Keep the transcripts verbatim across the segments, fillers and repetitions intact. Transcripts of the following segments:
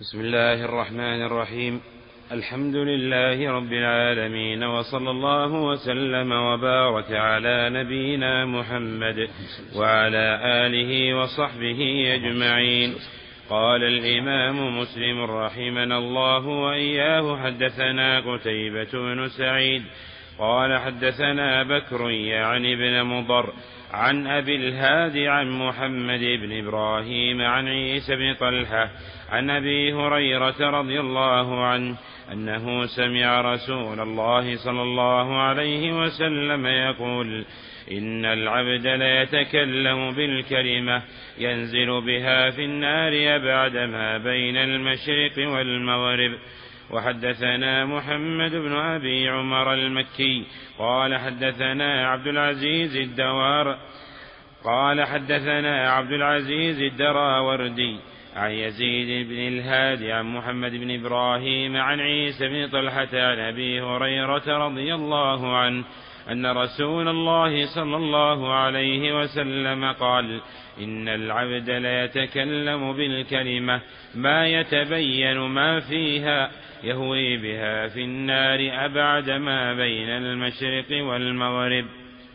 بسم الله الرحمن الرحيم. الحمد لله رب العالمين، وصلى الله وسلم وبارك على نبينا محمد وعلى آله وصحبه أجمعين. قال الإمام مسلم رحمنا الله وإياه: حدثنا قتيبة بن سعيد قال حدثنا بكر يعني بن مضر عن أبي الهادي عن محمد بن إبراهيم عن عيسى بن طلحة عن أبي هريرة رضي الله عنه أنه سمع رسول الله صلى الله عليه وسلم يقول: إن العبد ليتكلم بالكلمة ينزل بها في النار أبعد ما بين المشرق والمغرب. وحدثنا محمد بن أبي عمر المكي قال حدثنا عبد العزيز الدوار قال حدثنا عبد العزيز الدراوردي عن يزيد بن الهادي عن محمد بن إبراهيم عن عيسى بن طلحة عن أبي هريرة رضي الله عنه أن رسول الله صلى الله عليه وسلم قال: إن العبد ليتكلم بالكلمة ما يتبين ما فيها يهوي بها في النار أبعد ما بين المشرق والمغرب.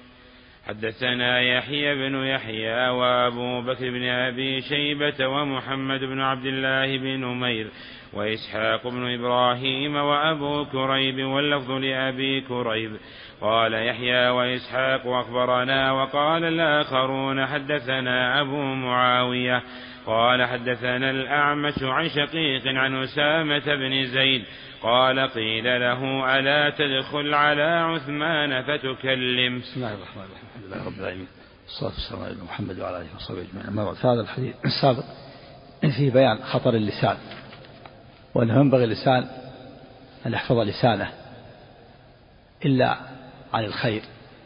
حدثنا يحيى بن يحيى وأبو بكر بن أبي شيبة ومحمد بن عبد الله بن نمير وإسحاق بن إبراهيم وأبو كريب، واللفظ لأبي كريب. قال يحيى وإسحاق أخبرنا، وقال الآخرون حدثنا أبو معاوية قال حدثنا الأعمش عن شقيق عن أسامة بن زيد قال: قيل له: ألا تدخل على عثمان فتكلم؟ بسم الله الرحمن الرحيم. الحمد لله رب العالمين، والصلاة والسلام على محمد وعلى آله وصحبه أجمعين. أما بعد، فهذا الحديث السابق فيه بيان خطر اللسان، وأنه ينبغي اللسان أن يحفظ لسانه إلا عن الخير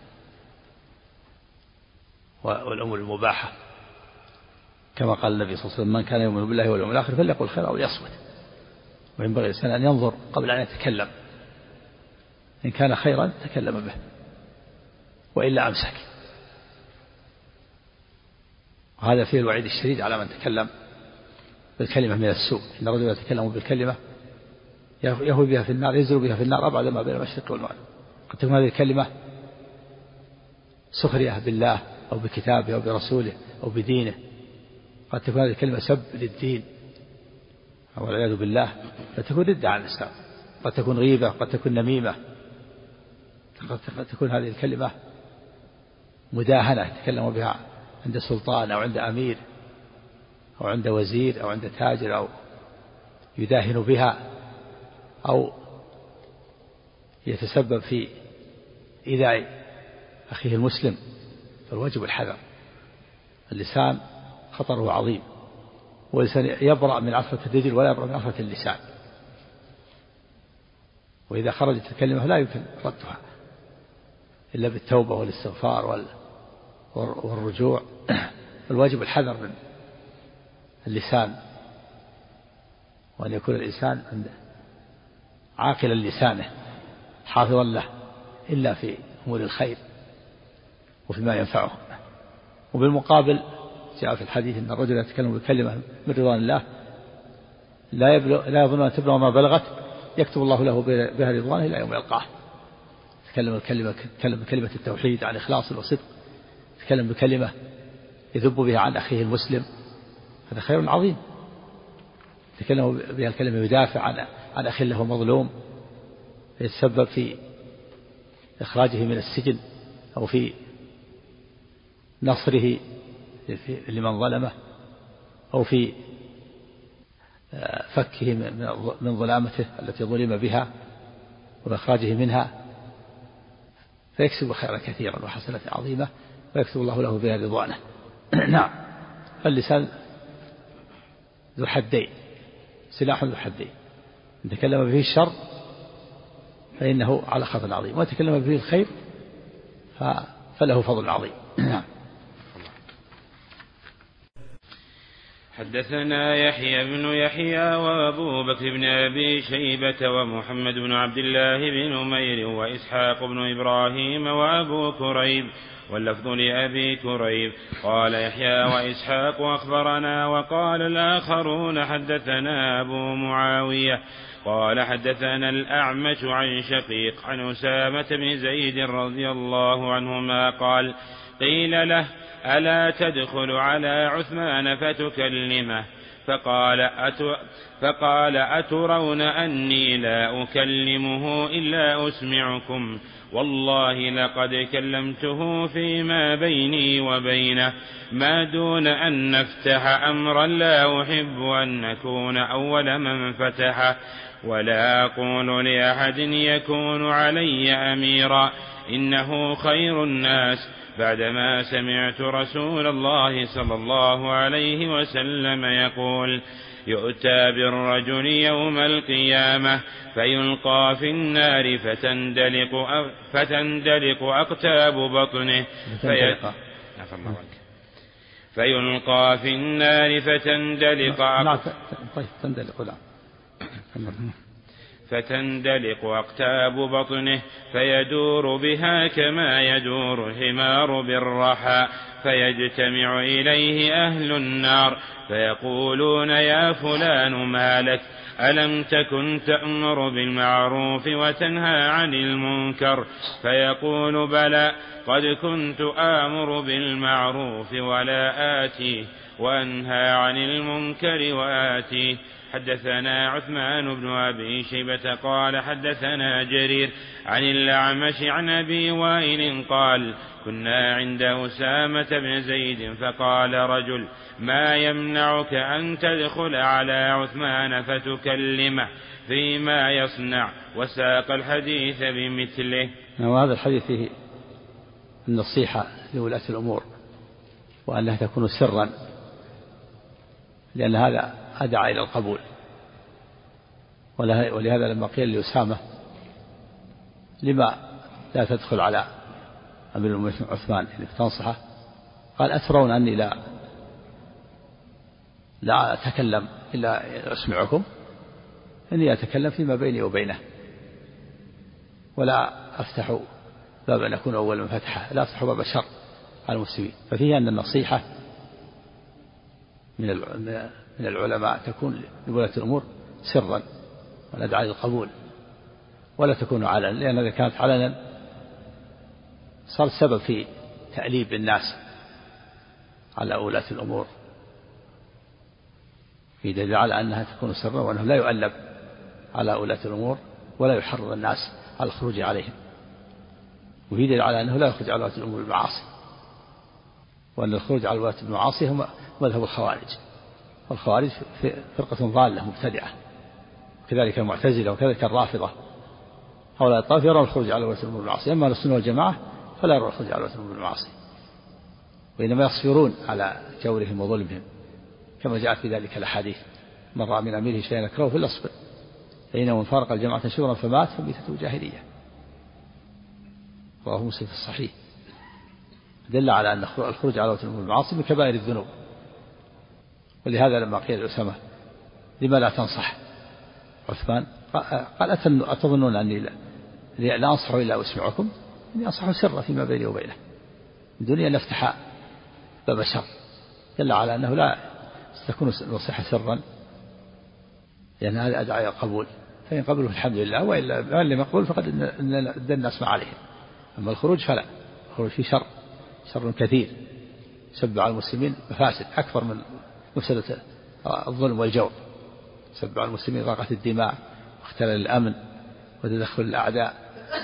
والأمور المباحة، كما قال النبي صلى الله عليه وسلم: من كان يؤمن بالله واليوم الآخر فليقل خيرا أو ليصمت. وينبغي الإنسان أن ينظر قبل أن يتكلم، إن كان خيرا تكلم به وإلا أمسك. وهذا فيه الوعيد الشديد على من تكلم بالكلمة من السوء. إن الرجل يتكلم بالكلمة يهوي بها في النار، ينزل بها في النار أبعد ما بين المشرق والمغرب. قد تكون هذه الكلمة سخرية بالله أو بكتابه أو برسوله أو بدينه، قد تكون هذه الكلمة سب للدين والعياذ بالله، قد تكون ردة على الإسلام، قد تكون غيبة، قد تكون نميمة، قد تكون هذه الكلمة مداهنة يتكلم بها عند سلطان أو عند أمير أو عند وزير أو عند تاجر، أو يداهن بها أو يتسبب في إيذاء أخيه المسلم. فالواجب الحذر. اللسان خطره عظيم، والإنسان يبرأ من عثرة الرجل ولا يبرأ من عثرة اللسان، وإذا خرجت الكلمة لا يمكن ردها إلا بالتوبة والاستغفار والرجوع. الواجب الحذر من اللسان، وأن يكون الإنسان عاقلا لسانه حافظا له إلا في أمور الخير وفيما ينفعه. وبالمقابل جاء في الحديث أن الرجل يتكلم بكلمة من رضوان الله لا يبلغ لا يظن أن تبلغ ما بلغت يكتب الله له بها رضوانه إلى يوم يلقاه. تكلم الكلمة تكلم بكلمة التوحيد عن إخلاص وصدق، تكلم بكلمة يذب بها عن أخيه المسلم، هذا خير عظيم. تكلم بها الكلمة يدافع عن عن أخيه له مظلوم، يتسبب في إخراجه من السجن أو في نصره لمن ظلمه أو في فكه من ظلامته التي ظلم بها وإخراجه منها، فيكسب خيرا كثيرا وحسنة عظيمة ويكتب الله له بها رضوانه. نعم، اللسان ذو حدين، سلاح ذو حدين. إن تكلم به الشر فإنه على خطر عظيم، وتكلم به الخير فله فضل عظيم. نعم. حدثنا يحيى بن يحيى وأبو بكر بن أبي شيبة ومحمد بن عبد الله بن نمير وإسحاق بن إبراهيم وأبو كريب واللفظ لأبي كريب قال يحيى وإسحاق أخبرنا وقال الآخرون حدثنا أبو معاوية قال حدثنا الأعمش عن شقيق عن أسامة بن زيد رضي الله عنهما قال قيل له ألا تدخل على عثمان فتكلمه فقال, أتو فقال أترون أني لا أكلمه إلا أسمعكم والله لقد كلمته فيما بيني وبينه ما دون أن نفتح أمرا لا أحب أن نكون أول من فتحه ولا أقول لأحد يكون علي أميرا إنه خير الناس بعدما سمعت رسول الله صلى الله عليه وسلم يقول يؤتى بالرجل يوم القيامة فيلقى في النار فتندلق, فتندلق أقتاب بطنه في... فيلقى في النار فتندلق أقتاب تندلق فتندلق أقتاب بطنه فيدور بها كما يدور الحمار بالرحى فيجتمع إليه أهل النار فيقولون يا فلان ما لك ألم تكن تأمر بالمعروف وتنهى عن المنكر فيقول بلى قد كنت آمر بالمعروف ولا آتيه وأنهى عن المنكر وآتيه. حدثنا عثمان بن أبي شيبة قال حدثنا جرير عن الأعمش عن أبي وائل قال كنا عند أسامة بن زيد فقال رجل ما يمنعك أن تدخل على عثمان فتكلمه فيما يصنع وساق الحديث بمثله. وهذا الحديث فيه النصيحة لولاة الأمور وأنها تكون سرا لأن هذا أدعى إلى القبول ولهذا لما قيل لأسامة لما لا تدخل على أمير المؤمنين عثمان يعني تنصحه قال أترون أني لا لا أتكلم إلا أسمعكم إني أتكلم فيما بيني وبينه ولا أفتح باب أن أكون أول من فتحه لا أفتح باب شر على المسلمين. ففيه أن النصيحة من العلماء تكون لولاة الأمور سرا وندعى للقبول ولا تكون علنا لأن إذا كانت علنا صار سبب في تأليب الناس على ولاة الأمور في دليل على أنها تكون سرا وأنه لا يؤلب على ولاة الأمور ولا يحرض الناس على الخروج عليهم وفي دليل على أنه لا يخرج على ولاة الأمور بالمعاصي وأن الخروج على ولاة المعاصي هم مذهب الخوارج والخوارج فرقة ضالة مبتدعة كذلك المعتزلة وكذلك الرافضة هؤلاء الطائفة يرون الخروج على ولاة الأمور بالمعاصي أما السنة والجماعة فلا يرون الخروج على ولاة الأمور بالمعاصي وإنما يصبرون على جورهم وظلمهم كما جاءت في ذلك الأحاديث من رأى من أميره شيئا يكرهه فليصبر فإنه من فارق الجماعة شورا فمات فميتته جاهلية رواه مسلم في الصحيح دل على أن الخروج على ولاة الأمور بالمعاصي من كبائر الذنوب. ولهذا لما قيل أسامة لما لا تنصح عثمان قال أتظنون أني لا, لا أنصح إلا أسمعكم إني أنصح سرا فيما بيني وبينه من دون أن نفتح باب الشر دل على أنه لا تكون النصيحة سرا لأن هذا أدعى القبول فإن قبله الحمد لله وإلا لم يقبل فقد إن الناس ما عليهم. أما الخروج فلا الخروج فيه شر شر كثير سب على المسلمين مفاسد أكثر من مفسدة الظلم والجور سب على المسلمين إراقة الدماء واختلال الأمن وتدخل الأعداء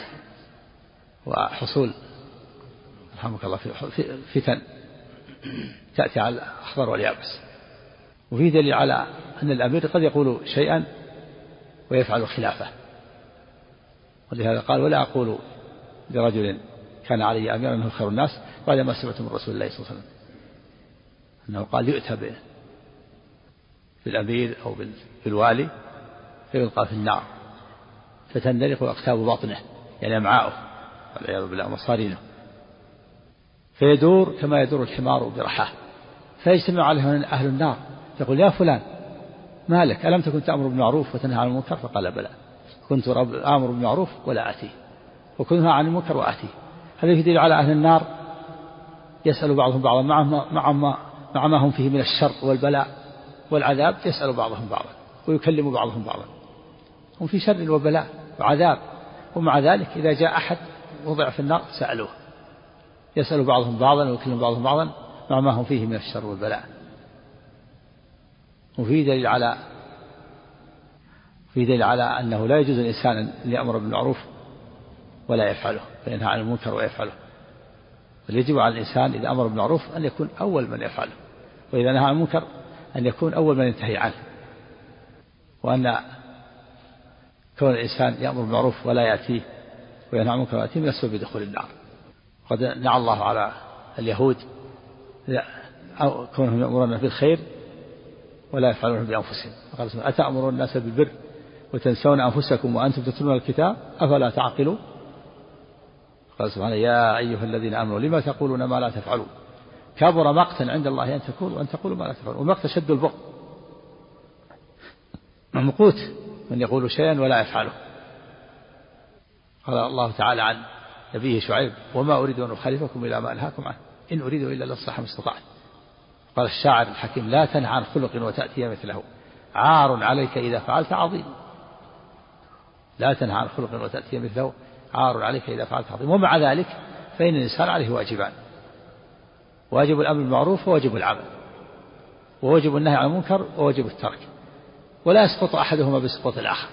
وحصول رحمك الله في فتن تأتي على الأخضر واليابس. وفي دليل على أن الأمير قد يقول شيئا ويفعل خلافه ولهذا قال ولا أقول لرجل كان علي أميرا أنه خير الناس بعد ما سمعت من رسول الله صلى الله عليه وسلم أنه قال يؤتى بالأمير أو بالوالي فيلقى في النار فتندلق أقتاب بطنه يعني أمعاؤه والعياذ بالله مصارينه فيدور كما يدور الحمار برحاه فيجتمع عليه أهل النار يقول يا فلان ما لك ألم تكن تأمر بالمعروف وتنهى عن المنكر؟ فقال بلى كنت آمر بالمعروف ولا آتيه وكنت أنهى عن المنكر وآتيه. هذا يدل على أهل النار يسأل بعضهم بعضا مع ما, مع ما هم فيه من الشر والبلاء والعذاب، يسأل بعضهم بعضا ويكلم بعضهم بعضا، هم في شر وبلاء وعذاب، ومع ذلك إذا جاء أحد وضع في النار سألوه، يسأل بعضهم بعضا ويكلم بعضهم بعضا مع ما هم فيه من الشر والبلاء. وفي دليل على في دليل على أنه لا يجوز الإنسان أن يأمر بالمعروف ولا يفعله فينهى عن المنكر ويفعله، بل يجب على الإنسان إذا أمر بالمعروف أن يكون أول من يفعله، وإذا نهى عن المنكر أن يكون أول من ينتهي عنه، وأن كون الإنسان يأمر بالمعروف ولا يأتيه وينهى عن المنكر ويأتيه من أسباب دخول النار. قد نعى الله على اليهود أو كونهم يأمرون بالخير ولا يفعلون بأنفسهم، قال أتأمرون الناس بالبر وتنسون أنفسكم وأنتم تتلون الكتاب أفلا تعقلون؟ قال سبحانه يا أيها الذين آمنوا لما تقولون ما لا تفعلون كبر مقتا عند الله أن تقولوا أن تقولوا ما لا تفعلون. والمقت شد البغض، مقوت من يقول شيئا ولا يفعله. قال الله تعالى عن نبيه شعيب وما أريد أن أخالفكم إلى ما أنهاكم عنه إن أريد إلا الإصلاح ما استطعت. قال الشاعر الحكيم لا تنهى عن خلق وتأتي مثله عار عليك إذا فعلت عظيم. لا تنهى عن خلق وتأتي مثله عار عليك إذا فعلت عظيم. ومع ذلك فإن الإنسان عليه واجبان، واجب الأمر بالمعروف وواجب العمل، وواجب النهي عن المنكر وواجب الترك، ولا يسقط أحدهما بسقوط الآخر.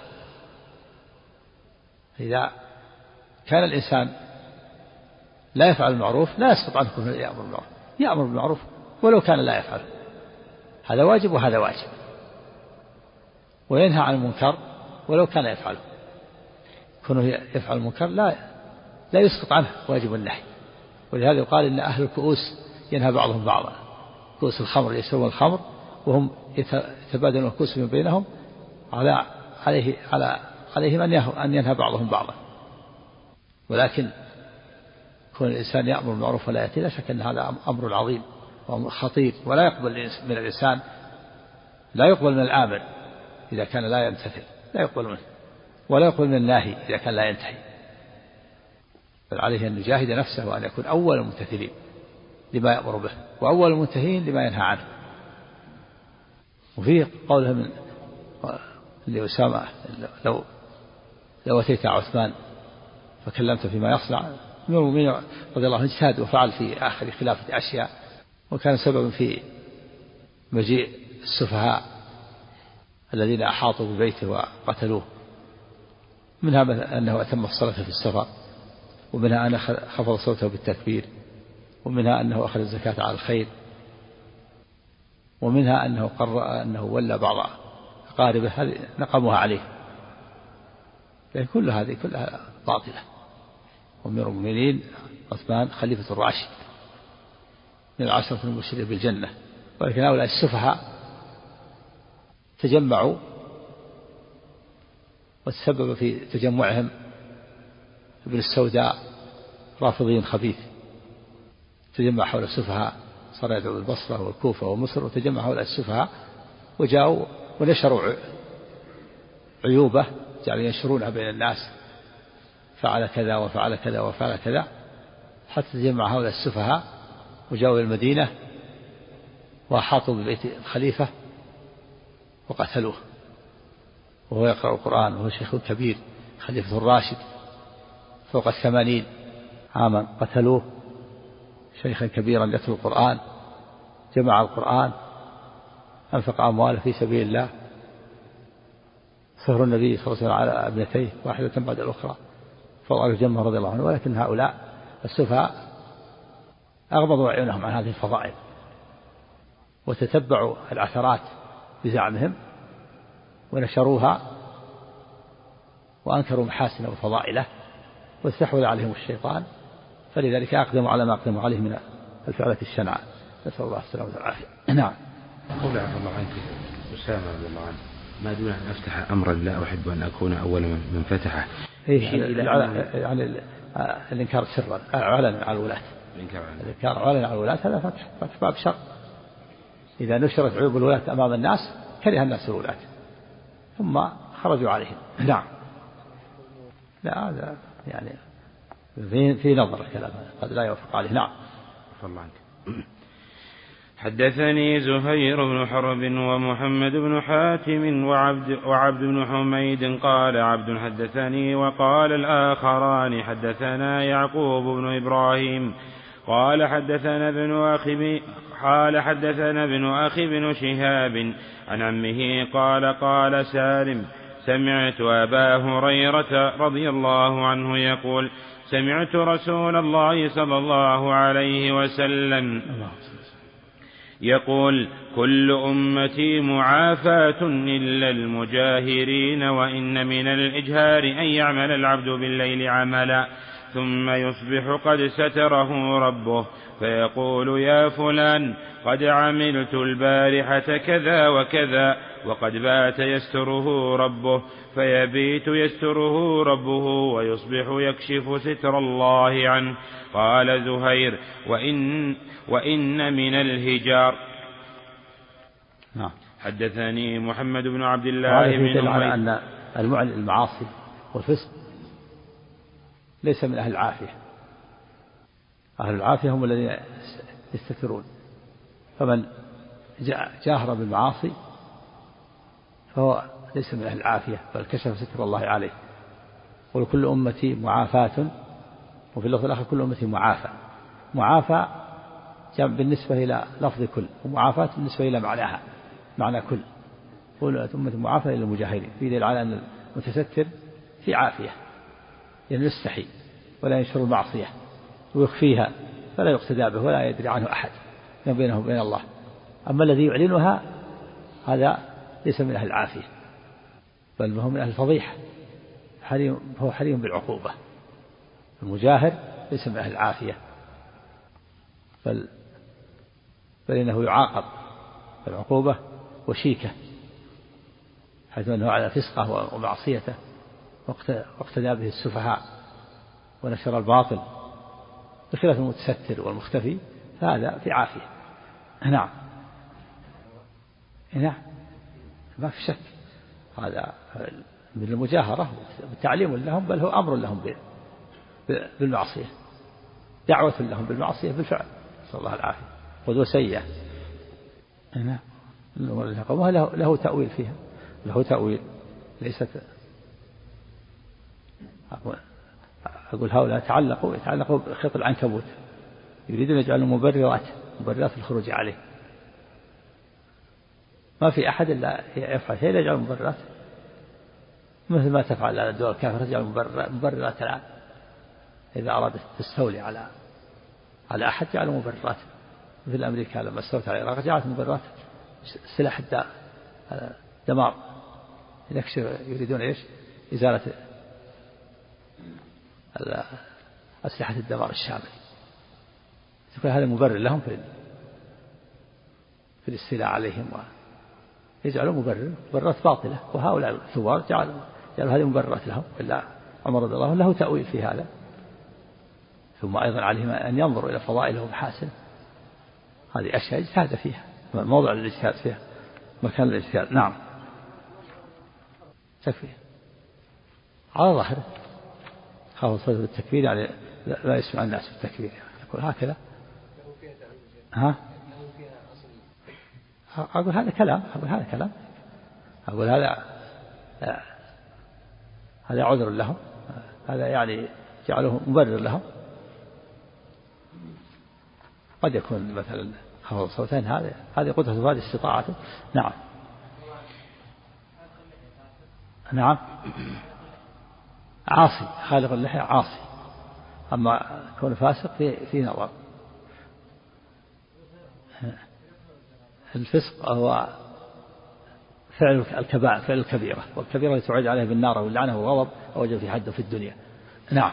إذا كان الإنسان لا يفعل المعروف لا يسقط عنه كونه يأمر بالمعروف، يأمر بالمعروف ولو كان لا يفعل، هذا واجب وهذا واجب، وينهى عن المنكر ولو كان يفعله، كونه يفعل المنكر لا لا يسقط عنه واجب النهي. ولهذا يقال إن أهل الكؤوس ينهى بعضهم بعضا، كؤوس الخمر يشربون الخمر وهم يتبادلون الكؤوس من بينهم على عليه على عليهم أن ينهى بعضهم بعضا. ولكن كون الإنسان يأمر بالمعروف ولا يأتي لا شك أن هذا أمر عظيم وأمر خطير، ولا يقبل من الإنسان لا يقبل من الآمر إذا كان لا يمتثل، لا يقبل منه، ولا يقبل من الناهي إذا كان لا ينتهي، بل عليه أن يجاهد نفسه وأن يكون أول الممتثلين لما يأمر به وأول المنتهين لما ينهى عنه. وفيه قوله من لأسامة لو لو أتيت عثمان فكلمت فيما يصنع، من المؤمنين رضي الله عنه اجتهد وفعل في آخر خلافة أشياء، وكان سببا في مجيء السفهاء الذين أحاطوا ببيته وقتلوه، منها أنه أتم الصلاة في السفر، ومنها أنه خفض صوته بالتكبير، ومنها أنه أخذ الزكاة على الخير، ومنها أنه قرأ أنه ولى بعض أقاربه، هذه نقموها عليه، لكن كل هذه كلها باطلة. وأمير المؤمنين عثمان خليفة الراشد من العشرة المبشرين بالجنة، ولكن هؤلاء السفهاء تجمعوا وتسبب في تجمعهم ابن السوداء رافضي خبيث، تجمع حول السفهاء، صار يدعو البصرة والكوفة ومصر، وتجمع حول السفهاء وجاءوا ونشروا عيوبه، جعلوا ينشرونها بين الناس، فعل كذا وفعل كذا وفعل كذا، حتى تجمع هؤلاء السفهاء وجاءوا إلى المدينة وأحاطوا ببيت الخليفة وقتلوه وهو يقرأ القرآن وهو شيخ كبير خليفة الراشد فوق الثمانين عاما، قتلوه شيخا كبيرا يتلو القرآن، جمع القرآن، أنفق أمواله في سبيل الله، سهر النبي صلى الله عليه وسلم على ابنتيه واحدة بعد الأخرى فوق الجنة رضي الله عنه. ولكن هؤلاء السفهاء أغمضوا عيونهم عن هذه الفضائل وتتبعوا العثرات بزعمهم ونشروها وأنكروا محاسنه وفضائله واستحوذ عليهم الشيطان، فلذلك أقدموا على ما أقدموا عليه من الفعلة الشنعاء، نسأل الله السلامة والعافية. نعم. قول عفو الله عنك أسامة رضي الله عنه ما دون أن أفتح أمرا لا أحب أن أكون أول من فتحه. إيه يعني الإنكار سرا علنا على الولاة، الإنكار علنا على الولاة هذا فتح فتح باب شر، إذا نشرت عيوب الولاة أمام الناس كره الناس الولاة ثم خرجوا عليهم. نعم. لا هذا يعني في في نظر الكلام قد لا يوافق عليه. نعم. الله عنك. حدثني زهير بن حرب ومحمد بن حاتم وعبد, وعبد بن حميد قال عبد حدثني وقال الآخران حدثنا يعقوب بن إبراهيم قال حدثنا ابن أخي قال حدثنا ابن أخي بن شهاب عن عمه قال قال سالم سمعت أبا هريرة رضي الله عنه يقول سمعت رسول الله صلى الله عليه وسلم يقول كل أمتي معافاة إلا المجاهرين وإن من الإجهار أن يعمل العبد بالليل عملا ثم يصبح قد ستره ربه فيقول يا فلان قد عملت البارحة كذا وكذا وقد بات يستره ربه فيبيت يستره ربه ويصبح يكشف ستر الله عنه. قال زهير وإن, وإن من الهجار. نعم. حدثني محمد بن عبد الله بن على أن المعلن المعاصي والفسق ليس من أهل العافية. أهل العافية هم الذين يستترون، فمن جاهر بالمعاصي فهو ليس من أهل العافية بل كشف ستر الله عليه. ولكل أمتي معافاة، وفي اللفظ الآخر كل أمتي معافى. معافى بالنسبة إلى لفظ كل، ومعافاة بالنسبة إلى معناها معنى كل. كل أمتي معافى إلى المجاهرين، في دليل على أن المتستر في عافية، يعني يستحي ولا ينشر المعصية ويخفيها فلا يقتدى به ولا يدري عنه أحد بينه وبين الله. أما الذي يعلنها هذا ليس من أهل العافية بل هو من أهل الفضيحة، هو حريم بالعقوبة. المجاهر ليس من أهل العافية بل, بل إنه يعاقب بالعقوبة وشيكة، حيث أنه على فسقه ومعصيته واقتدى به السفهاء ونشر الباطل، بخلاف المتستر والمختفي فهذا في عافية. نعم. نعم ما في شك، هذا من المجاهرة بالتعليم لهم، بل هو أمر لهم بالمعصية، دعوة لهم بالمعصية بالفعل، صلى الله العافية. قدوة سيئة. نعم. له, له تأويل فيها، له تأويل ليست. أقول هؤلاء تعلقوا يتعلقوا بخيط العنكبوت، يريدون يجعلوا مبررات مبررات الخروج عليه. ما في أحد إلا يفعل شيء يجعل مبررات، مثل ما تفعل الدول الكافرة تجعل مبررات الآن. إذا أرادت تستولي على على أحد جعلوا مبررات، مثل أمريكا لما استولت على العراق جعلت مبررات سلاح الدمار، يريدون إيش؟ إزالة أسلحة الدمار الشامل. تكون هذا مبرر لهم في في الاستيلاء عليهم، ويجعلوا مبرر مبررات باطلة. وهؤلاء الثوار جعلوا جعلوا هذه مبررات لهم، إلا عمر رضي الله عنه له تأويل في هذا. ثم أيضا عليهم أن ينظروا إلى فضائله ومحاسنه، هذه أشياء اجتهاد فيها، موضع الاجتهاد فيها، مكان الاجتهاد. نعم. تكفي على ظاهره خاف صوت التكبير، يعني لا يسمع الناس بالتكبير، يقول هكذا. ها أقول هذا كلام أقول هذا كلام أقول هذا هذا عذر لهم، هذا يعني جعله مبرر لهم. قد يكون مثلا خفض صوتين، هذا هذه قدرته هذه استطاعته. نعم. نعم. عاصي خالق اللحية عاصي، أما كون فاسق في في نظر. الفسق هو فعل الكبائر، فعل الكبيرة، والكبيرة التي تعيد عليه بالنار واللعنة والغضب أوجب في حده في الدنيا. نعم.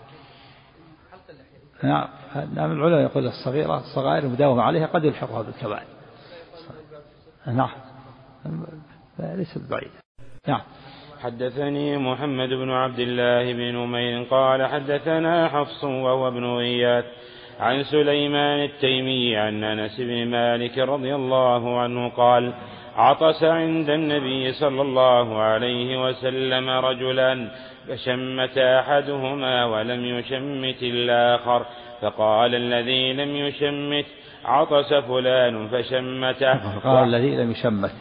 نعم. نعم. العلماء يقول الصغيرة الصغائر المداومة عليها قد يلحقها بالكبائر. نعم. ليس بعيد. نعم. حدثني محمد بن عبد الله بن نمير قال حدثنا حفص وهو ابن غياث عن سليمان التيمي عن أنس بن مالك رضي الله عنه قال عطس عند النبي صلى الله عليه وسلم رجلان فشمت أحدهما ولم يشمت الآخر فقال الذي لم يشمت عطس فلان فشمته فقال الذي لم يشمت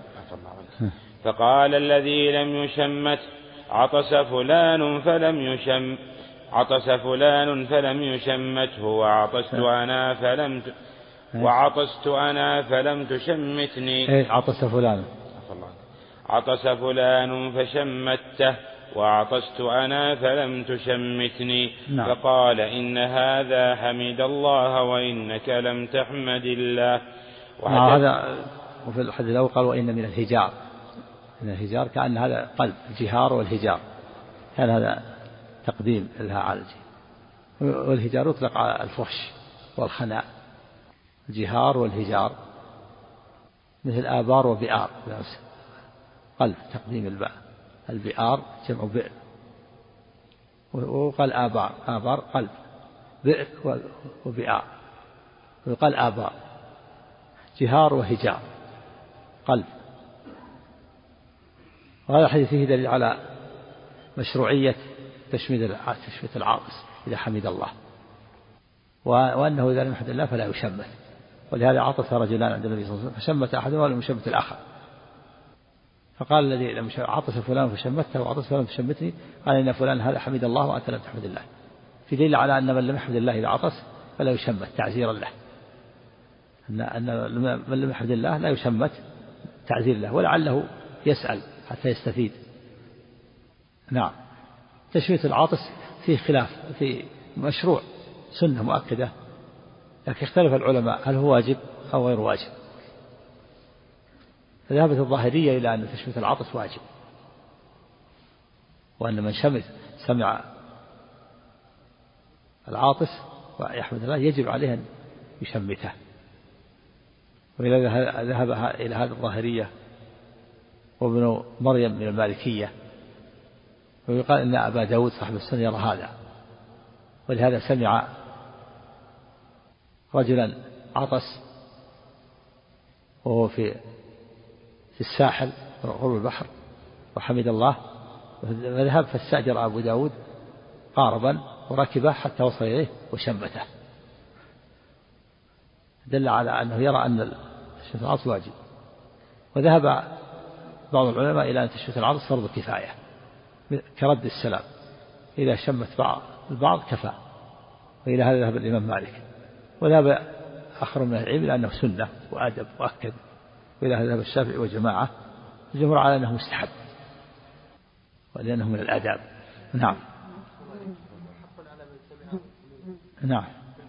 فقال الذي لم يشمت عطس فلان فلم يشم عطس فلان فلم يشمته وعطست أنا فلم ت... وعطست أنا فلم تشمتني. عطس فلان عطس فلان فشمته وعطست أنا فلم تشمتني. نعم. فقال إن هذا حمد الله وإنك لم تحمد الله. نعم. هذا وفي الحديث الأول قال وإن من الهجار، من الهجار كأن هذا قلب الجهار والهجار، كان هذا تقديم لها على الجهار، والهجار يطلق على الفحش والخناء، الجهار والهجار مثل آبار وبئار، قلب تقديم الباء، البئار جمع بئر، وقال آبار، آبار قلب، بئر وبئار، وقال آبار، جهار وهجار قلب. وهذا الحديث فيه دليل على مشروعية تشميت العاطس إذا حمد الله، وأنه إذا لم يحمد الله فلا يشمت، ولهذا عطس رجلان عند النبي صلى الله عليه وسلم فشمت أحدهما ولم يشمت الآخر، فقال الذي لم عطس فلان فشمته وعطس فلان فشمتني، قال إن فلان هذا حمد الله وأنت لم تحمد الله، في دليل على أن من لم يحمد الله إذا عطس فلا يشمت تعزيرا له، أن من لم يحمد الله لا يشمت تعزير له، ولعله يسأل حتى يستفيد. نعم. تشميت العاطس فيه خلاف، في مشروع سنة مؤكدة، لكن اختلف العلماء هل هو واجب أو غير واجب. فذهبت الظاهرية إلى أن تشميت العاطس واجب، وأن من شمت سمع العاطس ويحمد الله يجب عليه أن يشمته. وإلى ذهب إلى هذا الظاهرية وابن مريم من المالكية، ويقال إن أبا داود صاحب السنة يرى هذا، ولهذا سمع رجلا عطس وهو في في الساحل قرب البحر وحمد الله، فذهب فاستأجر أبو داود قاربا وركبه حتى وصل إليه وشمته، دل على أنه يرى أن تشميت العطس واجب. وذهب بعض العلماء إلى أن تشميت العطس فرض كفاية كرد السلام، إذا شمت بعض البعض كفى، وإلى هذا ذهب الإمام مالك. وذهب آخر من العلم إلى أنه سنة وأدب وأكد، وإلى هذا ذهب الشافعي وجماعة، الجمهور على أنه مستحب ولأنه من الآداب. نعم. نعم.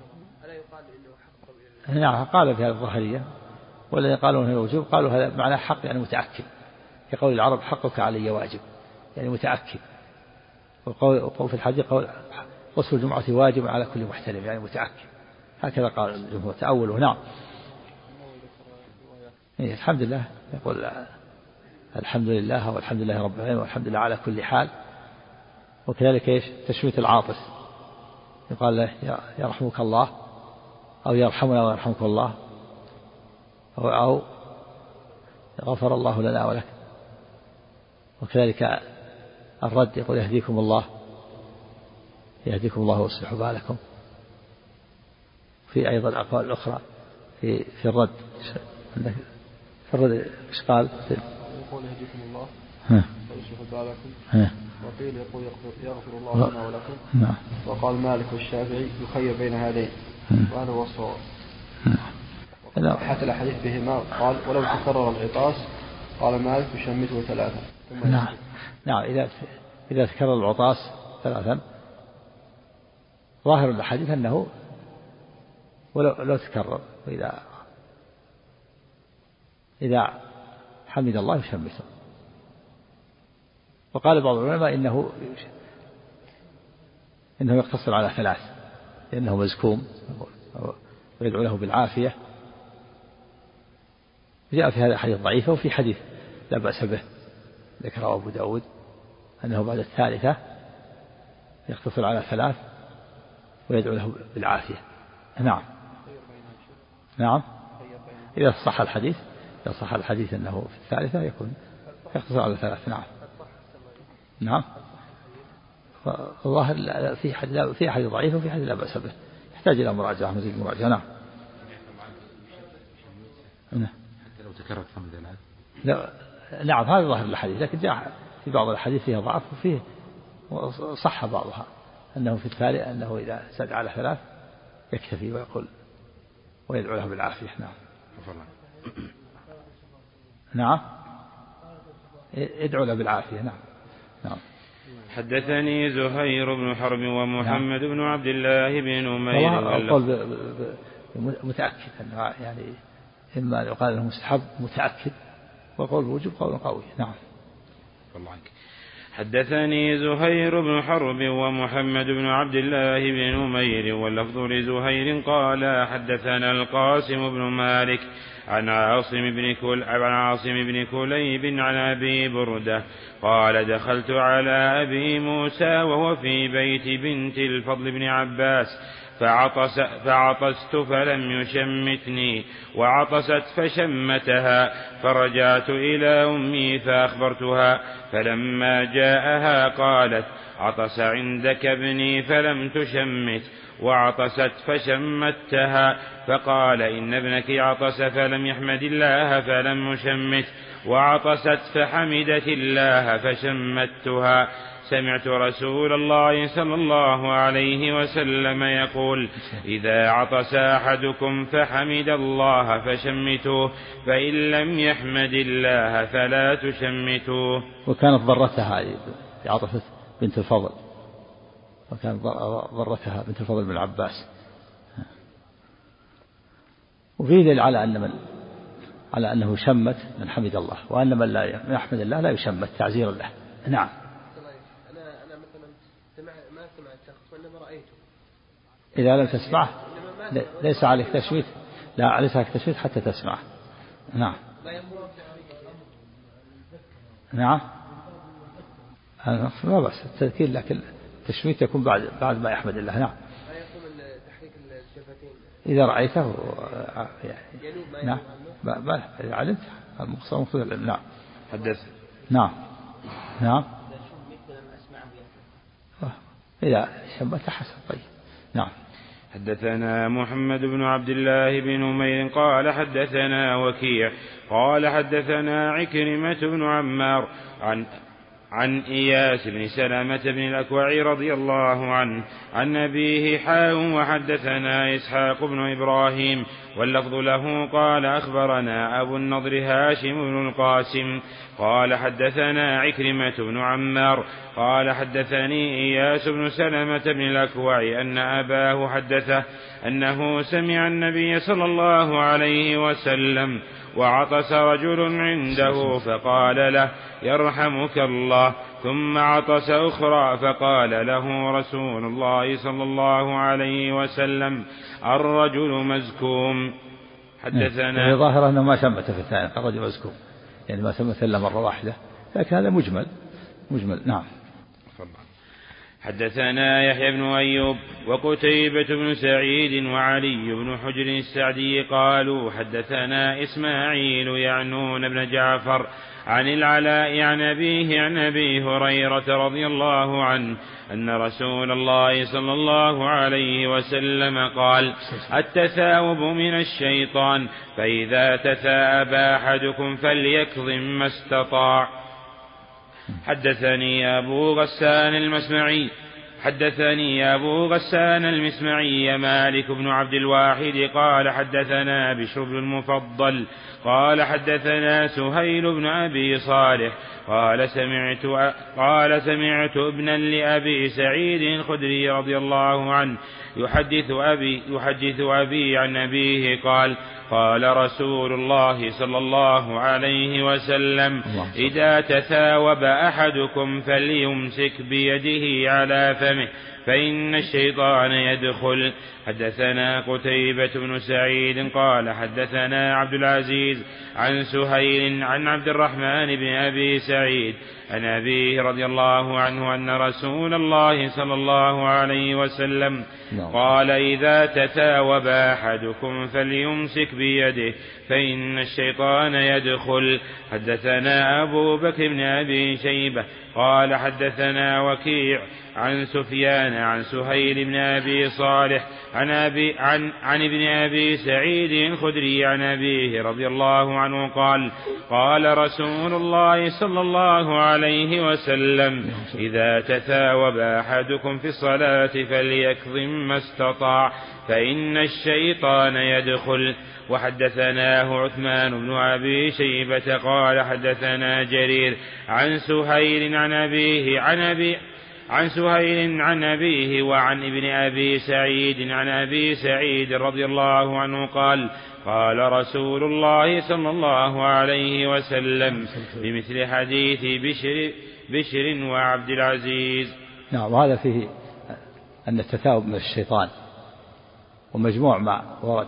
نعم. قال في هذه الظاهرية، والذين قالوا انه وجوب قالوا هذا معناه حق يعني متأكد، كقول العرب حقك علي واجب يعني متأكد، وقول في الحديث قول غسل الجمعة واجب على كل محتلم يعني متأكد، هكذا قال الجمهور تأوله. نعم. إيه الحمد لله، يقول الحمد لله والحمد لله رب العالمين والحمد لله على كل حال. وكذلك ايش تشميت العاطس، يقال له يرحمك الله أو يرحمنا ويرحمك الله، أو, أو غفر الله لنا ولك. وكذلك الرد يقول يهديكم الله يهديكم الله ويصلح بالكم. في أيضا الأقوال الأخرى في في الرد، في الرد إيش قال؟ يقول يهديكم الله ويصلح بالكم، وقيل يقول يغفر الله لنا ولكم. نعم. وقال مالك والشافعي يخير بين هذين، وهذا هو الصواب. حتى الحديث بهما قال ولو تكرر العطاس قال مالك يشمته ثلاثا. نعم. نعم. إذا إذا تكرر العطاس ثلاثا، ظاهر الحديث أنه ولو لو تكرر، وإذا إذا حمد الله يشمته. وقال بعض العلماء إنه إنه يقتصر على ثلاث، لأنه مزكوم ويدعو له بالعافية. جاء في هذا حديث ضعيفة، وفي حديث لا بأس به ذكره أبو داود أنه بعد الثالثة يقتصر على ثلاث ويدعو له بالعافية. نعم نعم إذا صح الحديث إذا صح الحديث أنه في الثالثة يكون يقتصر على ثلاث. نعم نعم الظاهر في حديث في حديث ضعيف وفي حديث لا بأس به يحتاج إلى مراجعة مزيد مراجعة. نعم حتى لو تكرر ثم ذلك لا نعم هذا ظاهر الحديث، لكن جاء في بعض الحديث فيها ضعف وفيه صح بعضها أنه في الثالث أنه إذا زاد على ثلاث يكتفي ويقول ويدعو له بالعافية. نعم نعم يدعو له بالعافية. نعم نعم حدثني زهير بن حرب ومحمد نعم. بن عبد الله بن نمير القول متأكد أنه يعني إما يقال له مستحب متأكد وقول الوجوب قول قوي. نعم والله عنك. حدثني زهير بن حرب ومحمد بن عبد الله بن نمير واللفظ لزهير قال حدثنا القاسم بن مالك عن عاصم بن كل عن عاصم بن كليب عن أبي بردة قال دخلت على أبي موسى وهو في بيت بنت الفضل بن عباس فعطس فعطست فلم يشمتني وعطست فشمتها فرجعت إلى أمي فأخبرتها فلما جاءها قالت عطس عندك ابني فلم تشمت وعطست فشمتها فقال إن ابنك عطس فلم يحمد الله فلم يشمت وعطست فحمدت الله فشمتها سمعت رسول الله صلى الله عليه وسلم يقول إذا عطس أحدكم فحمد الله فشمتوه فإن لم يحمد الله فلا تشمتوه. وكانت ضرتها عطست بنت الفضل وكانت ضرتها بنت الفضل بن عباس. وفيه دليل على أن من على أنه شمت من حمد الله وأن من لا يحمد الله لا يشمت تعزيرا له. نعم إذا لم تسمعه ليس عليك تشميت لا ليس عليك تشميت حتى تسمعه. نعم نعم ما بس التذكير لكن التشميت يكون بعد بعد ما يحمد الله. نعم إذا رأيته يعني نعم ما إذا علمت المقصود. نعم حدث نعم نعم إذا شمت حسن. طيب نعم حدثنا محمد بن عبد الله بن نمير قال حدثنا وكيع قال حدثنا عكرمة بن عمار عن عن إياس بن سلامة بن الأكوع رضي الله عنه عن أبيه حاء وحدثنا إسحاق بن إبراهيم واللفظ له قال أخبرنا أبو النضر هاشم بن القاسم قال حدثنا عكرمة بن عمار قال حدثني إياس بن سلامة بن الأكوع أن أباه حدثه أنه سمع النبي صلى الله عليه وسلم وعطس رجل عنده فقال له يرحمك الله ثم عطس أخرى فقال له رسول الله صلى الله عليه وسلم الرجل مزكوم. حدثنا ظاهر أنه ما شمت في الثاني الرجل مزكوم يعني ما شمت إلا مرة واحدة لكن هذا مجمل مجمل. نعم حدثنا يحيى بن أيوب وقتيبة بن سعيد وعلي بن حجر السعدي قالوا حدثنا إسماعيل يعنون بن جعفر عن العلاء عن أبيه عن أبي هريرة رضي الله عنه أن رسول الله صلى الله عليه وسلم قال التثاؤب من الشيطان فإذا تثاءب أحدكم فليكظم ما استطاع. حدثني أبو غسان المسمعي حدثني أبو غسان المسمعي مالك بن عبد الواحد قال حدثنا بشر بن المفضل قال حدثنا سهيل بن أبي صالح قال سمعت قال سمعت ابنا لأبي سعيد الخدري رضي الله عنه يحدث أبي يحدث أبي عن أبيه قال قال رسول الله صلى الله عليه وسلم إذا تثاوب أحدكم فليمسك بيده على فمه فإن الشيطان يدخل. حدثنا قتيبة بن سعيد قال حدثنا عبد العزيز عن سهيل عن عبد الرحمن بن أبي سعيد عن أبيه رضي الله عنه أن رسول الله صلى الله عليه وسلم قال إذا تثاوب أحدكم فليمسك بيده فإن الشيطان يدخل. حدثنا أبو بكر بن أبي شيبة قال حدثنا وكيع عن سفيان عن سهيل بن أبي صالح عن, أبي عن, عن ابن أبي سعيد الخدري عن أبيه رضي الله عنه قال قال رسول الله صلى الله عليه وسلم إذا تثاوب أحدكم في الصلاة فليكظم ما استطاع فإن الشيطان يدخل. وحدثناه عثمان بن أبي شيبة قال حدثنا جرير عن سهيل عن أبيه عن أبي عن سهيل عن أبيه وعن ابن أبي سعيد عن أبي سعيد رضي الله عنه قال قال رسول الله صلى الله عليه وسلم بمثل حديث بشر, بشر وعبد العزيز. نعم. وهذا فيه أن التثاؤب من الشيطان، ومجموع ما ورد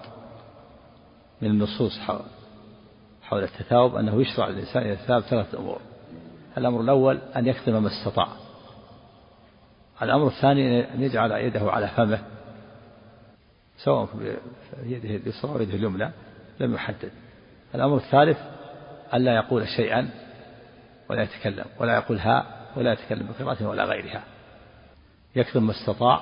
من النصوص حول التثاؤب أنه يشرع للإنسان يتثاءب ثلاثة أمور. الأمر الأول أن يكتم ما استطاع. الأمر الثاني أن يجعل يده على فمه سواء بيده اليسرى أو يده اليمنى لم يحدد. الأمر الثالث أن لا يقول شيئا ولا يتكلم، ولا يقول ها ولا يتكلم بقراءة ولا غيرها، يكتم ما استطاع.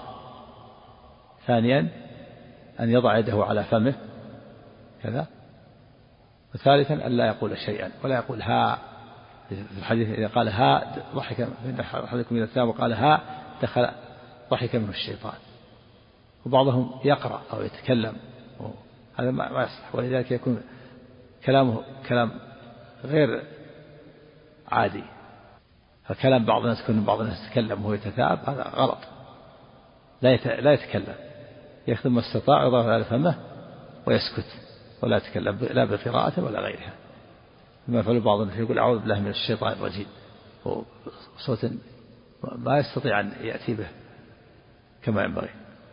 ثانيا أن يضع يده على فمه كذا. وثالثا أن لا يقول شيئا ولا يقول ها. في الحديث إذا قال ها ضحك أحدكم إذا تاب وقال ها دخل ضحك منه الشيطان. وبعضهم يقرأ أو يتكلم، هذا ما يصلح، ولذلك يكون كلامه كلام غير عادي. فكلام بعض الناس يكون بعض الناس يتكلم وهو يتثاءب، هذا غلط. لا لا يتكلم، يخدم ما استطاع، يضع على فمه ويسكت ولا يتكلم لا بقراءة ولا غيرها. ما يفعل بعض الناس يقول أعوذ بالله من الشيطان الرجيم وصوت ما يستطيع أن يأتي به كما ينبغي،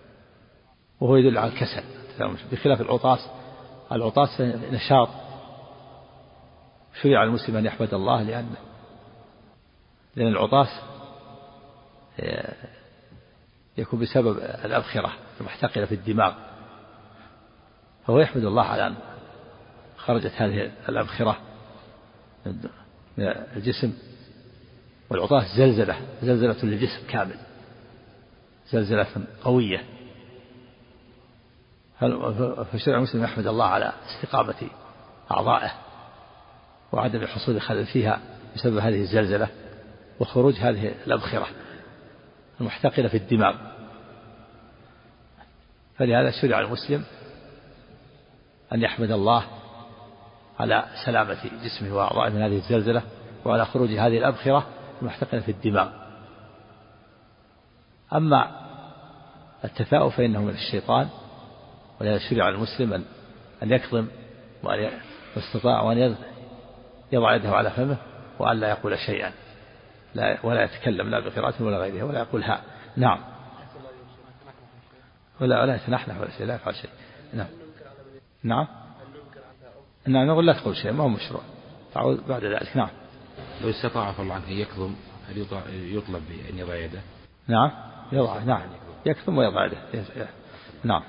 وهو يدل على الكسل. بخلاف العطاس، العطاس نشاط. شرع المسلم أن يحمد الله لأن لأن العطاس يكون بسبب الأبخرة المحتقنة في الدماغ، فهو يحمد الله على أن خرجت هذه الأبخرة من الجسم. والعطاس زلزلة زلزلة للجسم كامل، زلزلة قوية. فشرع المسلم يحمد الله على استقامة أعضائه وعدم حصول خلل فيها بسبب هذه الزلزلة وخروج هذه الأبخرة المحتقنة في الدماغ. فلهذا شرع المسلم أن يحمد الله على سلامة جسمه وأعضائه من هذه الزلزلة وعلى خروج هذه الأبخرة المحتقنة في الدماغ. أما التثاؤب فإنه من الشيطان، ولهذا شرع المسلم أن يكظم وأن يستطاع وأن يضع يده على فمه وأن لا يقول شيئا لا ولا يتكلم لا بقراءة ولا غيرها ولا يقول ها. نعم. ولا ولا يتنحنح ولا شيء، لا يفعل شيء. نعم. نعم. نعم. نقول لا تقول شيء، ما هو مشروع. تعود بعد ذلك. نعم. لو استطاع فالله عنه يكظم هل يطلب بأن يضع يده؟ نعم يضع. نعم يكظم ويضع يده. نعم.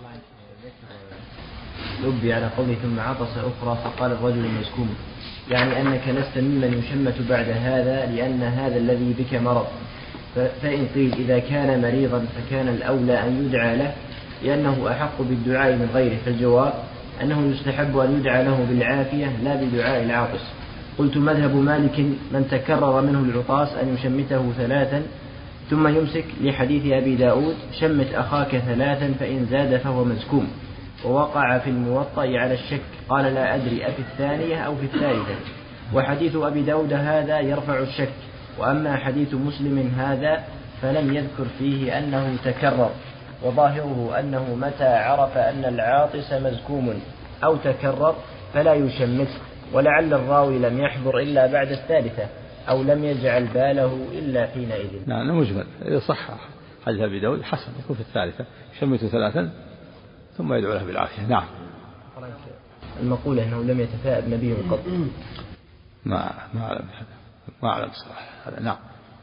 نبي على قوله ثم عطس أخرى فقال الرجل المسكوم، يعني أنك لست ممن يشمت بعد هذا لأن هذا الذي بك مرض. فإن قيل إذا كان مريضا فكان الأولى أن يدعى له لأنه أحق بالدعاء من غيره، فالجواب أنه يستحب أن يدعى له بالعافية لا بدعاء العاطس. قلت مذهب مالك من تكرر منه العطاس أن يشمته ثلاثا ثم يمسك، لحديث أبي داود شمت أخاك ثلاثا فإن زاد فهو مسكوم. ووقع في الموطأ على الشك، قال لا أدري أفي الثانية أو في الثالثة. وحديث أبي داود هذا يرفع الشك، وأما حديث مسلم هذا فلم يذكر فيه أنه تكرر، وظاهره أنه متى عرف أن العاطس مزكوم أو تكرر فلا يشمت، ولعل الراوي لم يحضر إلا بعد الثالثة أو لم يجعل باله إلا حينئذ. نعم مجمل. إذا صح حديث أبي داود حسن يكون في الثالثة شمت ثلاثا ثم يدعو له بالعافية. نعم. المقولة أنه لم يتثاءب نبي قط. ما ما أعلم ما أعلم صراحة هذا. نعم.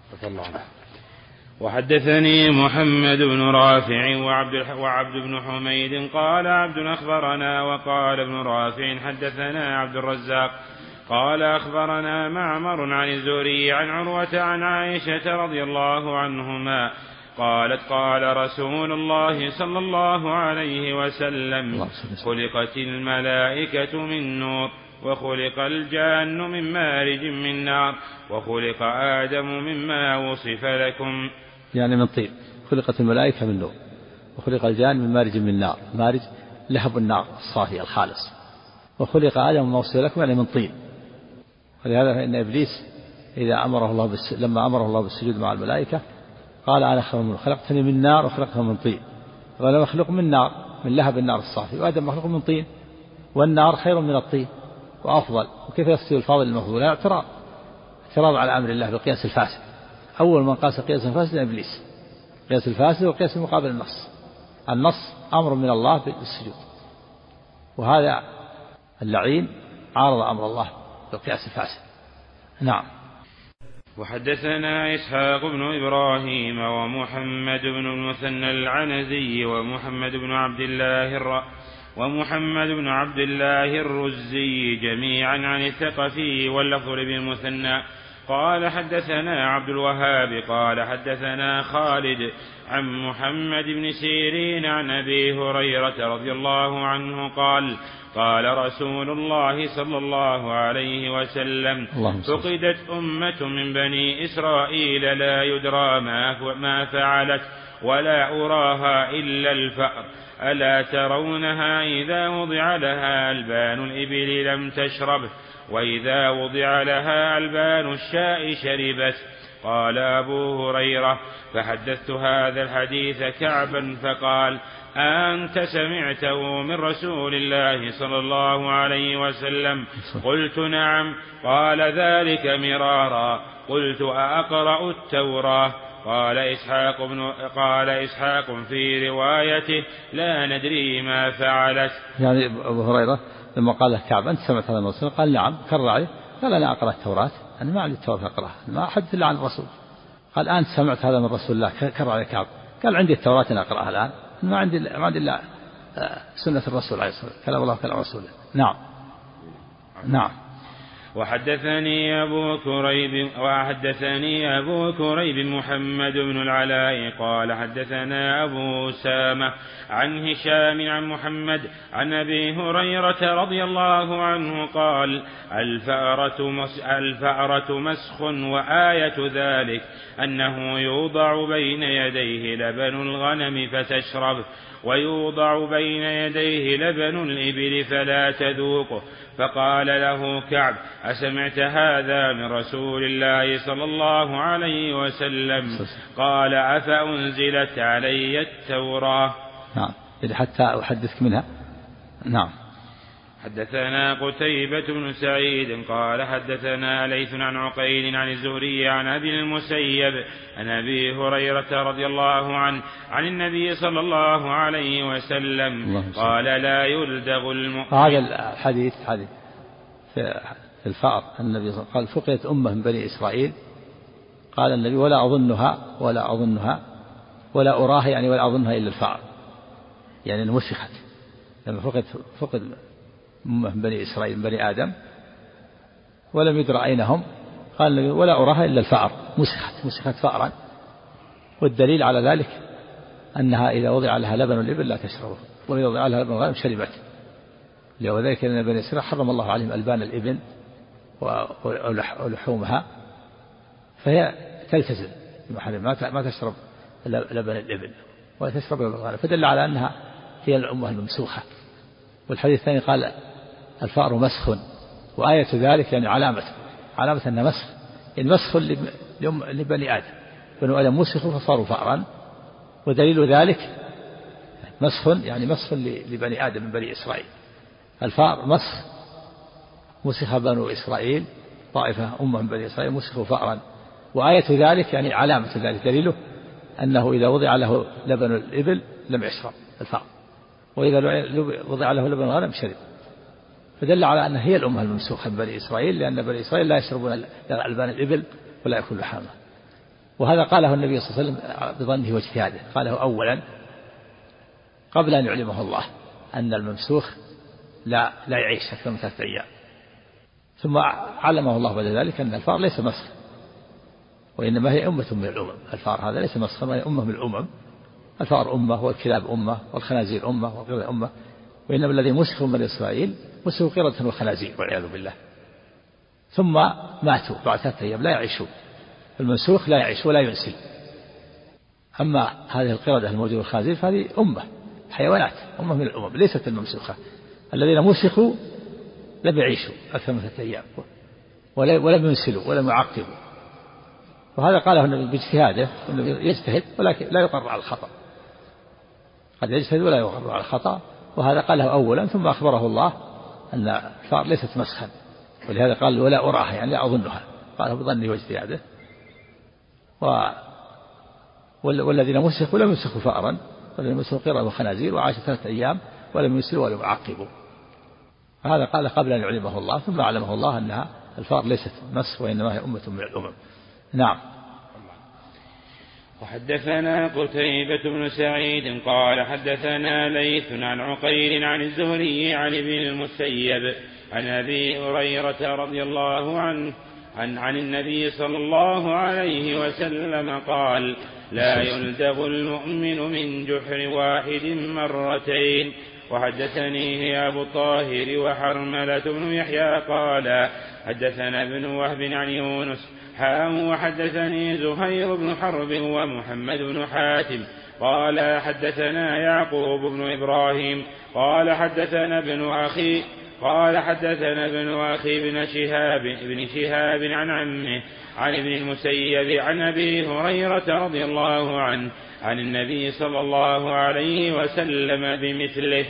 وحدثني محمد بن رافع وعبد, وعبد بن حميد قال عبد أخبرنا وقال ابن رافع حدثنا عبد الرزاق قال أخبرنا معمر عن الزهري عن عروة عن عائشة رضي الله عنهما قالت قال رسول الله صلى الله عليه وسلم خلقت الملائكة من نور وخلق الجان من مارج من نار وخلق آدم مما وصف لكم، يعني من طين. خلقت الملائكة من نور وخلق الجان من مارج من نار، مارج لهب النار الصافي الخالص، وخلق آدم مما وصف لكم يعني من طين. ولهذا فإن إبليس إذا أمره الله بالس... لما أمره الله بالسجود مع الملائكة قال أنا خير منه خلقتني من نار وخلقته من طين، وأنا مخلوق من نار من لهب النار الصافي، وآدم مخلوق من طين، والنار خير من الطين وأفضل. وكيف يستوي الفاضل المفضول؟ اعتراض اعتراض على أمر الله بالقياس الفاسد. أول من قاس قياس الفاسد إبليس، قياس الفاسد وقياس مقابل النص. النص أمر من الله بالسجود، وهذا اللعين عارض أمر الله بالقياس الفاسد. نعم. وحدثنا إسحاق بن إبراهيم ومحمد بن المثنى العنزي ومحمد بن عبد الله الر... ومحمد بن عبد الله الرزي جميعا عن الثقفي واللفظ بالمثنى قال حدثنا عبد الوهاب قال حدثنا خالد عن محمد بن سيرين عن أبي هريرة رضي الله عنه قال قال رسول الله صلى الله عليه وسلم فقدت أمة من بني إسرائيل لا يدرى ما فعلت ولا أراها إلا الفأر ألا ترونها إذا وضع لها ألبان الإبل لم تشرب وإذا وضع لها ألبان الشاء شربت. قال أبو هريرة فحدثت هذا الحديث كعبا فقال أنت سمعته من رسول الله صلى الله عليه وسلم؟ قلت نعم. قال ذلك مرارا. قلت أأقرأ التوراة؟ قال إسحاق بن قال إسحاق في روايته لا ندري ما فعلت. يعني أبو هريرة لما قال كعب أنت سمعت هذا من الرسول؟ قال نعم. كرر عليه قال أنا أقرأ التوراة، أنا ما عندي التوراة أقرأها، ما أحدث إلا عن الرسول. قال أنت سمعت هذا من رسول الله؟ كرر عليه كعب قال عندي التوراة أنا أقرأها الآن، ما عندي ما عندي إلا سنة الرسول عليه الصلاة والسلام، كلام الله كلام رسوله. نعم. نعم. وحدثني أبو كريب وحدثني أبو كريب محمد بن العلاء قال حدثنا أبو أسامة عن هشام عن محمد عن أبي هريرة رضي الله عنه قال الفأرة, مس الفأرة مسخ وآية ذلك أنه يوضع بين يديه لبن الغنم فتشرب ويوضع بين يديه لبن الإبل فلا تذوقه. فقال له كعب أسمعت هذا من رسول الله صلى الله عليه وسلم؟ قال أفأنزلت علي التوراة؟ نعم. حتى أحدثك منها. نعم. حدثنا قتيبة بن سعيد قال حدثنا ليث عن عقيل عن الزهري عن أبي المسيب عن أبي هريرة رضي الله عنه عن النبي صلى الله عليه وسلم قال لا يلدغ المؤمن. هذا الحديث حديث في الفأر النبي صلى الله عليه وسلم قال فقدت أمة من بني إسرائيل، قال النبي ولا أظنها ولا أظنها ولا أراها يعني ولا أظنها إلا الفأر، يعني المسخت لما فقد فقد من بني إسرائيل من بني آدم ولم يدرى أين هم، قال النبي ولا أراها إلا الفأر، مسخت مسخت فأرا. والدليل على ذلك أنها إذا وضع لها لبن الإبل لا تشربه وإذا وضع لها لبن الغنم شربت. لذلك أن بني إسرائيل حرم الله عليهم ألبان الإبل ولحومها، فهي تلتزم بمحرم ما تشرب لبن الإبل ولا تشرب لبن الغنم، فدل على أنها هي الأمة الممسوخة. والحديث الثاني قال الفأر مسخ وآية ذلك يعني علامة علامة أن مسخ يعني مسخ لبني آدم، بنو آدم مسخوا فصاروا فأرا، ودليل ذلك مسخ يعني مسخ لبني آدم من بني إسرائيل. الفأر مسخ مسخ بنو إسرائيل طائفة أمة من بني إسرائيل مسخوا فأرا، وآية ذلك يعني علامة ذلك دليله أنه إذا وضع له لبن الإبل لم يشرب الفأر، وإذا وضع له لبن الغنم شرب. فدل على أن هي الأمة الممسوخة من بني إسرائيل، لأن بني إسرائيل لا يشربون ألبان الإبل ولا يأكل لحامها. وهذا قاله النبي صلى الله عليه وسلم بظنه واجتهاده، قاله أولا قبل أن يعلمه الله أن الممسوخ لا لا يعيش أكثر من ثلاثة أيام، ثم علمه الله بعد ذلك أن الفار ليس مسخ، وإنما هي أمة من الأمم. الفار هذا ليس مسخا، وهي أمة من الأمم. الفار أمة، والكلاب أمة، والخنازير أمة، والقردة أمة، وإنما الذي مسخ من إسرائيل مسخوا قردة وخنازير والعياذ بالله، ثم ماتوا بعد ثلاثة أيام لا يعيشون. المنسوخ لا يعيش ولا ينسل. أما هذه القردة الموجودة والخنازير فهذه أمة حيوانات، أمة من الأمم ليست الممسوخة. الذين مسخوا لم يعيشوا أكثر من ثلاثة أيام ولم ينسلوا ولم يعقبوا. وهذا قاله النبي باجتهاده، أنه يجتهد ولكن لا يقر على الخطأ، قد يجتهد ولا يقر على الخطأ. وهذا قاله أولا، ثم أخبره الله أن الفار ليست مسخا، ولهذا قال ولا أراها، يعني لا أظنها، قاله بظنه واجتهاده. و... والذين مسخوا لم يمسخوا فأرا، والذين مسخوا قردة وخنازير وعاش ثلاثة أيام ولم ينسلوا ولم يعقبوا. هذا قال قبل أن يعلمه الله، ثم علمه الله أنها الفار ليست مسخ، وإنما هي أمة من الأمم. نعم. وحدثنا قتيبة بن سعيد قال حدثنا ليث عن عقيل عن الزهري عن ابن المسيب عن أبي هريرة رضي الله عنه عن, عن النبي صلى الله عليه وسلم قال لا يلدغ المؤمن من جحر واحد مرتين. وحدثني أبو الطاهر وحرملة بن يحيى قال حدثنا ابن وهب عن يونس حام وحدثني زهير بن حرب ومحمد بن حاتم قال حدثنا يعقوب بن إبراهيم قال حدثنا ابن أخي قال حدثنا ابن أخي بن شهاب ابن شهاب عن عمه عن ابن المسيب عن أبي هريرة رضي الله عنه عن النبي صلى الله عليه وسلم بمثله.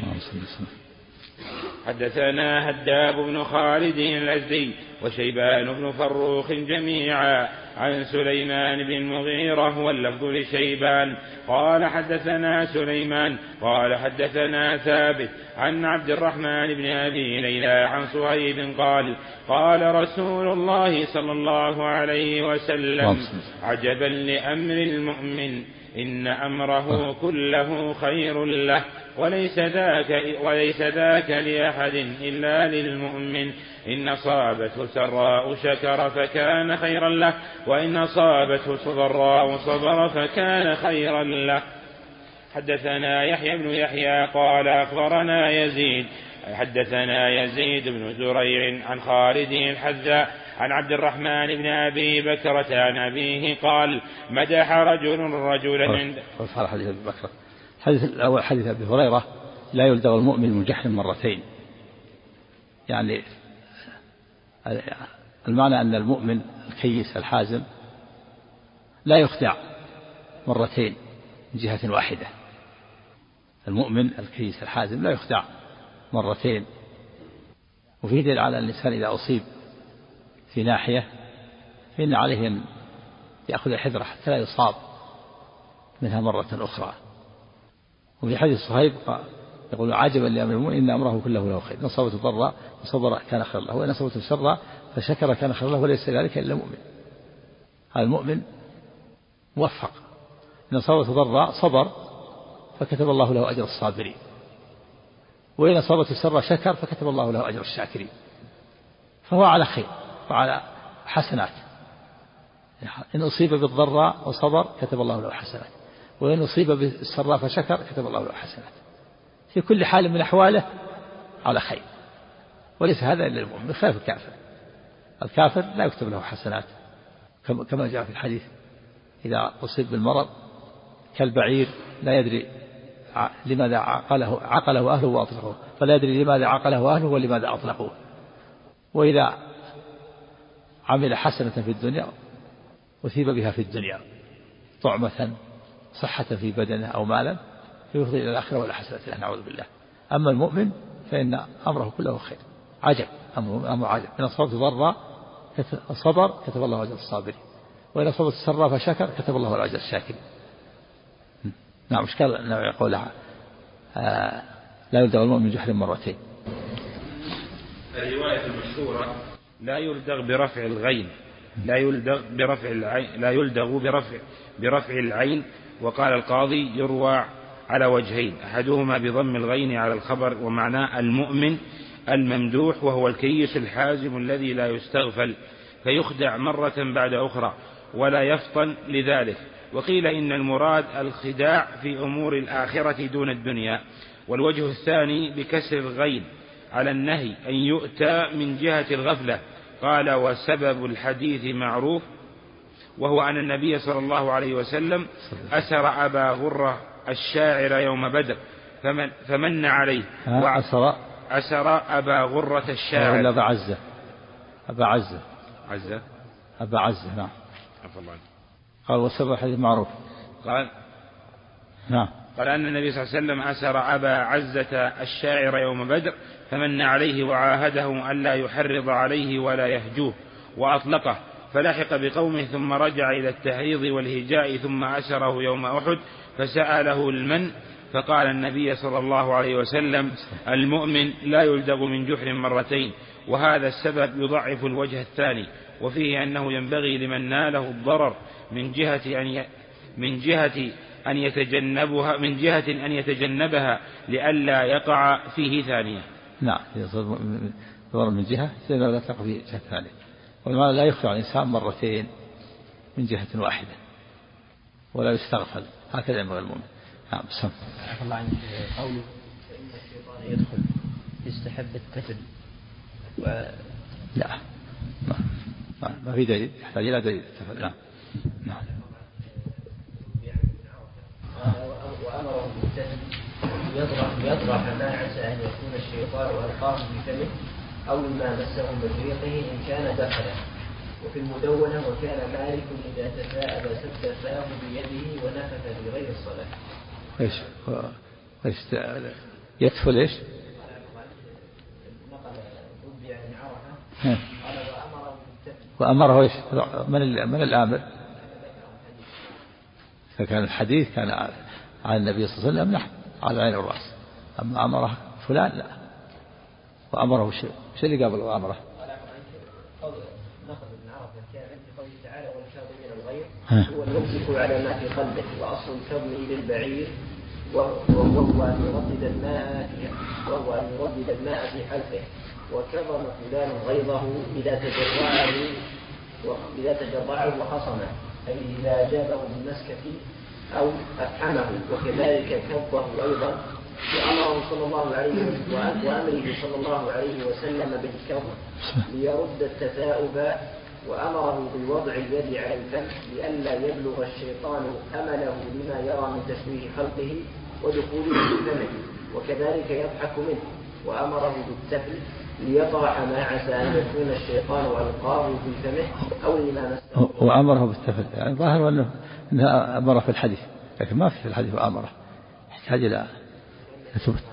حدثنا هداب بن خالد الأزدي وشيبان بن فروخ جميعا عن سليمان بن المغيرة واللفظ لشيبان قال حدثنا سليمان قال حدثنا ثابت عن عبد الرحمن بن أبي ليلى عن صهيب قال قال رسول الله صلى الله عليه وسلم عجبا لأمر المؤمن إن أمره كله خير له وليس ذاك, وليس ذاك لأحد إلا للمؤمن إن أصابته سراء شكر فكان خيرا له وإن أصابته ضراء صبر فكان خيرا له. حدثنا يحيى بن يحيى قال أخبرنا يزيد حدثنا يزيد بن زريع عن خالد الحذاء عن عبد الرحمن بن أبي بكرة عن أبيه قال مدح رجل رجلا عند حديث أبي بكرة. حديث الأول حديث أبي هريرة لا يلدغ المؤمن من جحر مرتين، يعني المعنى أن المؤمن الكيس الحازم لا يخدع مرتين من جهة واحدة. المؤمن الكيس الحازم لا يخدع مرتين. وفيه دليل على الإنسان إذا أصيب في ناحية فإن عليه أن يأخذ الحذر حتى لا يصاب منها مرة أخرى. وفي حديث صهيب يقول عجبا لأمر المؤمن إن أمره كله له خير، إن أصابته ضرا فصبر كان خيرا له وإن أصابته سرا فشكر كان خيرا له وليس ذلك إلا المؤمن. هذا المؤمن موفق، إن أصابته ضرا صبر فكتب الله له أجر الصابرين، وإن أصابته سرا شكر فكتب الله له أجر الشاكرين. فهو على خير وعلى حسنات. إن أصيب بالضراء وصبر كتب الله له حسنات، وإن أصيب بالسراء فشكر كتب الله له حسنات. في كل حال من أحواله على خير، وليس هذا إلا المؤمن بخلاف الكافر. الكافر لا يكتب له حسنات كما جاء في الحديث إذا أصيب بالمرض كالبعير لا يدري لماذا عقله, عقله أهله وأطلقوه، فلا يدري لماذا عقله أهله ولماذا أطلقوه. وإذا عمل حسنة في الدنيا أثيب بها في الدنيا طعمة صحة في بدنه أو مالا فيفضي إلى الآخرة ولا حسنة له نعوذ بالله. أما المؤمن فإن أمره كله خير. عجب أمره أمر عجب، إن أصابته ضرا صبر كتب الله أجر الصابرين، وإن أصابته سرا فشكر كتب الله أجر الشاكرين. نعم. مش قال يقولها آه لا يلدغ المؤمن من جحر مرتين. الرواية المشهورة لا يلدغ برفع الغين لا يلدغ برفع العين لا يلدغ برفع برفع العين. وقال القاضي يروى على وجهين، أحدهما بضم الغين على الخبر ومعناه المؤمن الممدوح، وهو الكيس الحازم الذي لا يستغفل فيخدع مرة بعد أخرى ولا يفطن لذلك. وقيل إن المراد الخداع في أمور الآخرة دون الدنيا. والوجه الثاني بكسر الغين على النهي أن يؤتى من جهة الغفلة. قال وسبب الحديث معروف، وهو أن النبي صلى الله عليه وسلم أسر أبا غرة الشاعر يوم بدر فمن, فمن عليه أسر أسر أبا غرة الشاعر ولا أبا عزة أبا عزة عزة أبا عزة نعم. أفضل. قال وسبب الحديث معروف. قال نعم. قال أن النبي صلى الله عليه وسلم أسر أبا عزة الشاعر يوم بدر فمن عليه وعاهده ألا يحرض عليه ولا يهجوه وأطلقه، فلحق بقومه ثم رجع إلى التحريض والهجاء ثم أسره يوم أحد فسأله المن، فقال النبي صلى الله عليه وسلم المؤمن لا يلدغ من جحر مرتين. وهذا السبب يضعف الوجه الثاني، وفيه أنه ينبغي لمن ناله الضرر من جهة أن من جهة أن يتجنبها من جهة أن يتجنبها لئلا يقع فيه ثانية. نعم يصير ضرر من جهة لا تقع فيه جهة ثانية. والمال لا يخفى على الإنسان مرتين من جهة واحدة ولا يستغفل، هكذا ينبغي المؤمن. نعم. بسم الله عنك قوله فإن الشيطان يدخل يستحب التفل و... لا ما, ما, ما في دليل يحتاج إلى دليل التفل. نعم. نعم. وأمره بالتفل يطرح يطرح ما عسى أن يكون الشيطان ألقاه بفمه أو ما مسه بطريقه إن كان دخله. وفي المدونة وكان مالك إذا تثاءب سد فاه بيده ونفث بغير الصلاة. إيش إيش يدخل إيش؟ نقل ربي عن عرفة قال وأمره بالتفل. وأمره إيش؟ من من الآمر؟ فكان الحديث كان عن النبي صلى الله عليه وسلم نحن على عين الرأس، أما أمره فلان لا. وأمره شيء شيء اللي قبل وأمره نأخذ من عرفة كان عند قوله تعالى والكاظمين الغيظ هو الممسك على ما في قلبه، وأصل الكظم للبعير وهو أن يردد الماء وهو أن يردد الماء في حلقه. وكظم فلان غيظه إذا تجرعه وإذا تجرعه وخصمه، أي إذا أجابه بالمسكة أو أفحمه. وكذلك كظه أيضا وأمره صلى الله عليه وسلم وأمره صلى الله عليه وسلم بالكظم ليرد التثاؤب، وأمره بوضع اليد على الفم لئلا يبلغ الشيطان أمله لما يرى من تشويه خلقه ودخوله في فمه، وكذلك يضحك منه. وأمره بالتفل ليطرح ما عسى أن يكون الشيطان ألقاه في فمه أو لما مسه. وأمره بالتفل يعني ظاهر أنه أمره في الحديث، لكن ما في الحديث وأمره يحتاج إلى ثبت.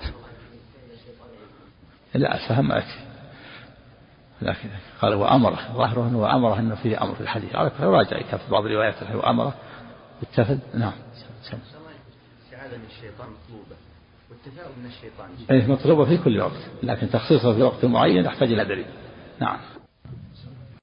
لا فهم أكثر، لكن قال وأمره ظاهره أنه وأمره أنه فيه أمر في الحديث. على كل راجع في بعض الروايات وأمره بالتفل. نعم. استعاذة من الشيطان مطلوبة والتثاؤب من الشيطان أي مطلوبة في كل وقت، لكن تخصيصها في وقت معين يحتاج إلى دليل. نعم.